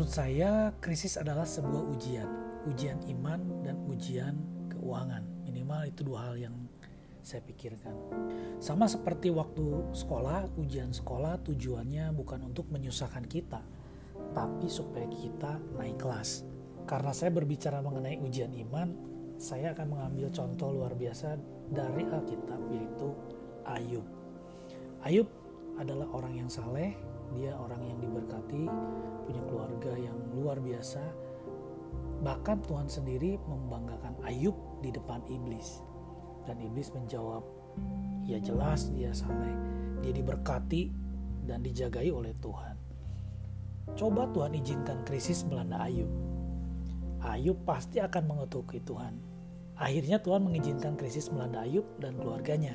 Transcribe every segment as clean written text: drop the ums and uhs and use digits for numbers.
Menurut saya, krisis adalah sebuah ujian iman dan ujian keuangan. Minimal itu dua hal yang saya pikirkan. Sama seperti waktu sekolah, ujian sekolah tujuannya bukan untuk menyusahkan kita, tapi supaya kita naik kelas. Karena saya berbicara mengenai ujian iman, saya akan mengambil contoh luar biasa dari Alkitab, yaitu Ayub. Ayub adalah orang yang saleh, dia orang yang diberkati, punya keluarga yang luar biasa. Bahkan Tuhan sendiri membanggakan Ayub di depan iblis. Dan iblis menjawab, ya jelas dia saleh, dia diberkati dan dijagai oleh Tuhan. Coba Tuhan izinkan krisis melanda Ayub. Ayub pasti akan mengutuki Tuhan. Akhirnya Tuhan mengizinkan krisis melanda Ayub dan keluarganya.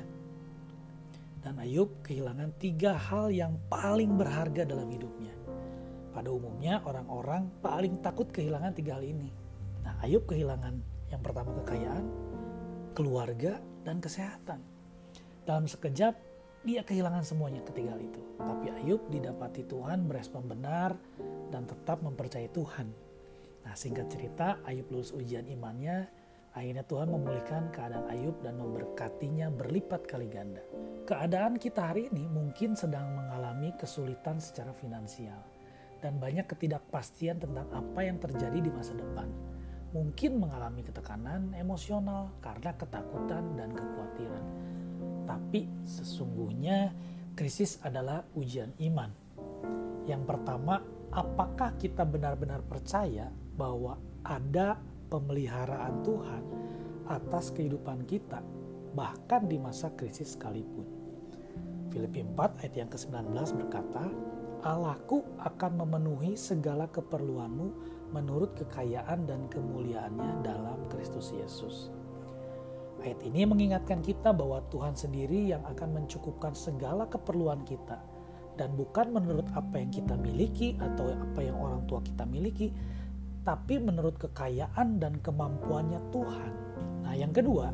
Dan Ayub kehilangan 3 hal yang paling berharga dalam hidupnya. Pada umumnya orang-orang paling takut kehilangan 3 hal ini. Nah, Ayub kehilangan yang pertama kekayaan, keluarga, dan kesehatan. Dalam sekejap dia kehilangan semuanya ketiga hal itu. Tapi Ayub didapati Tuhan merespon benar dan tetap mempercayai Tuhan. Nah, singkat cerita, Ayub lulus ujian imannya. Akhirnya Tuhan memulihkan keadaan Ayub dan memberkatinya berlipat kali ganda. Keadaan kita hari ini mungkin sedang mengalami kesulitan secara finansial dan banyak ketidakpastian tentang apa yang terjadi di masa depan. Mungkin mengalami ketekanan emosional karena ketakutan dan kekhawatiran. Tapi sesungguhnya krisis adalah ujian iman. Yang pertama, apakah kita benar-benar percaya bahwa ada pemeliharaan Tuhan atas kehidupan kita, bahkan di masa krisis sekalipun. Filipi 4 ayat yang ke-19 berkata, Allahku akan memenuhi segala keperluanmu menurut kekayaan dan kemuliaannya dalam Kristus Yesus. Ayat ini mengingatkan kita bahwa Tuhan sendiri yang akan mencukupkan segala keperluan kita, dan bukan menurut apa yang kita miliki atau apa yang orang tua kita miliki, tapi menurut kekayaan dan kemampuannya Tuhan. Nah, yang kedua,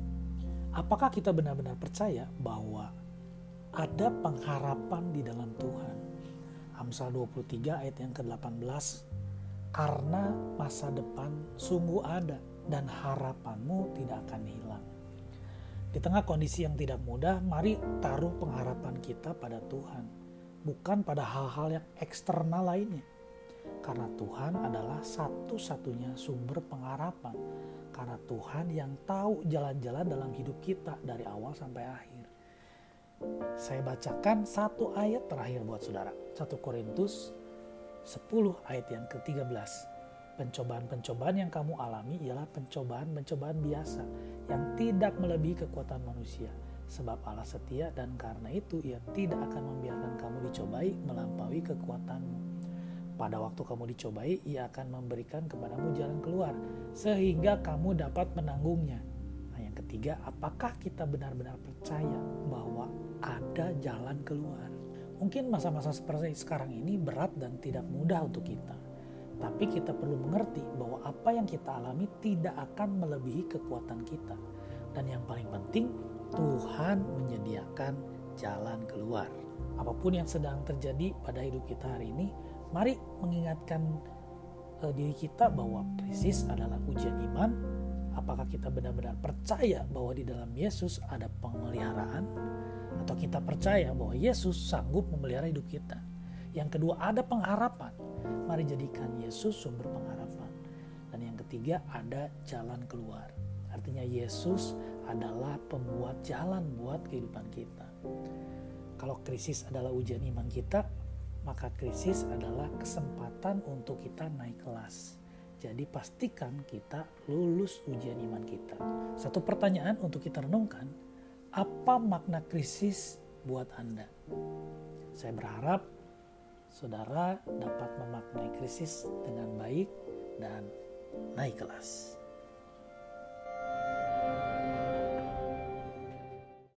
apakah kita benar-benar percaya bahwa ada pengharapan di dalam Tuhan? Amsal 23 ayat yang ke-18, karena masa depan sungguh ada dan harapanmu tidak akan hilang. Di tengah kondisi yang tidak mudah, mari taruh pengharapan kita pada Tuhan, bukan pada hal-hal yang eksternal lainnya. Karena Tuhan adalah satu-satunya sumber pengharapan. Karena Tuhan yang tahu jalan-jalan dalam hidup kita dari awal sampai akhir. Saya bacakan satu ayat terakhir buat saudara. 1 Korintus 10 ayat yang ke-13. Pencobaan-pencobaan yang kamu alami ialah pencobaan-pencobaan biasa yang tidak melebihi kekuatan manusia. Sebab Allah setia dan karena itu Ia tidak akan membiarkan kamu dicobai melampaui kekuatanmu. Pada waktu kamu dicobai, Ia akan memberikan kepadamu jalan keluar, sehingga kamu dapat menanggungnya. Nah, yang ketiga, apakah kita benar-benar percaya bahwa ada jalan keluar? Mungkin masa-masa seperti sekarang ini berat dan tidak mudah untuk kita. Tapi kita perlu mengerti bahwa apa yang kita alami tidak akan melebihi kekuatan kita. Dan yang paling penting, Tuhan menyediakan jalan keluar. Apapun yang sedang terjadi pada hidup kita hari ini, mari mengingatkan diri kita bahwa krisis adalah ujian iman. Apakah kita benar-benar percaya bahwa di dalam Yesus ada pemeliharaan? Atau kita percaya bahwa Yesus sanggup memelihara hidup kita? Yang kedua, ada pengharapan. Mari jadikan Yesus sumber pengharapan. Dan yang ketiga, ada jalan keluar. Artinya Yesus adalah pembuat jalan buat kehidupan kita. Kalau krisis adalah ujian iman kita, maka krisis adalah kesempatan untuk kita naik kelas. Jadi pastikan kita lulus ujian iman kita. Satu pertanyaan untuk kita renungkan, apa makna krisis buat Anda? Saya berharap saudara dapat memaknai krisis dengan baik dan naik kelas.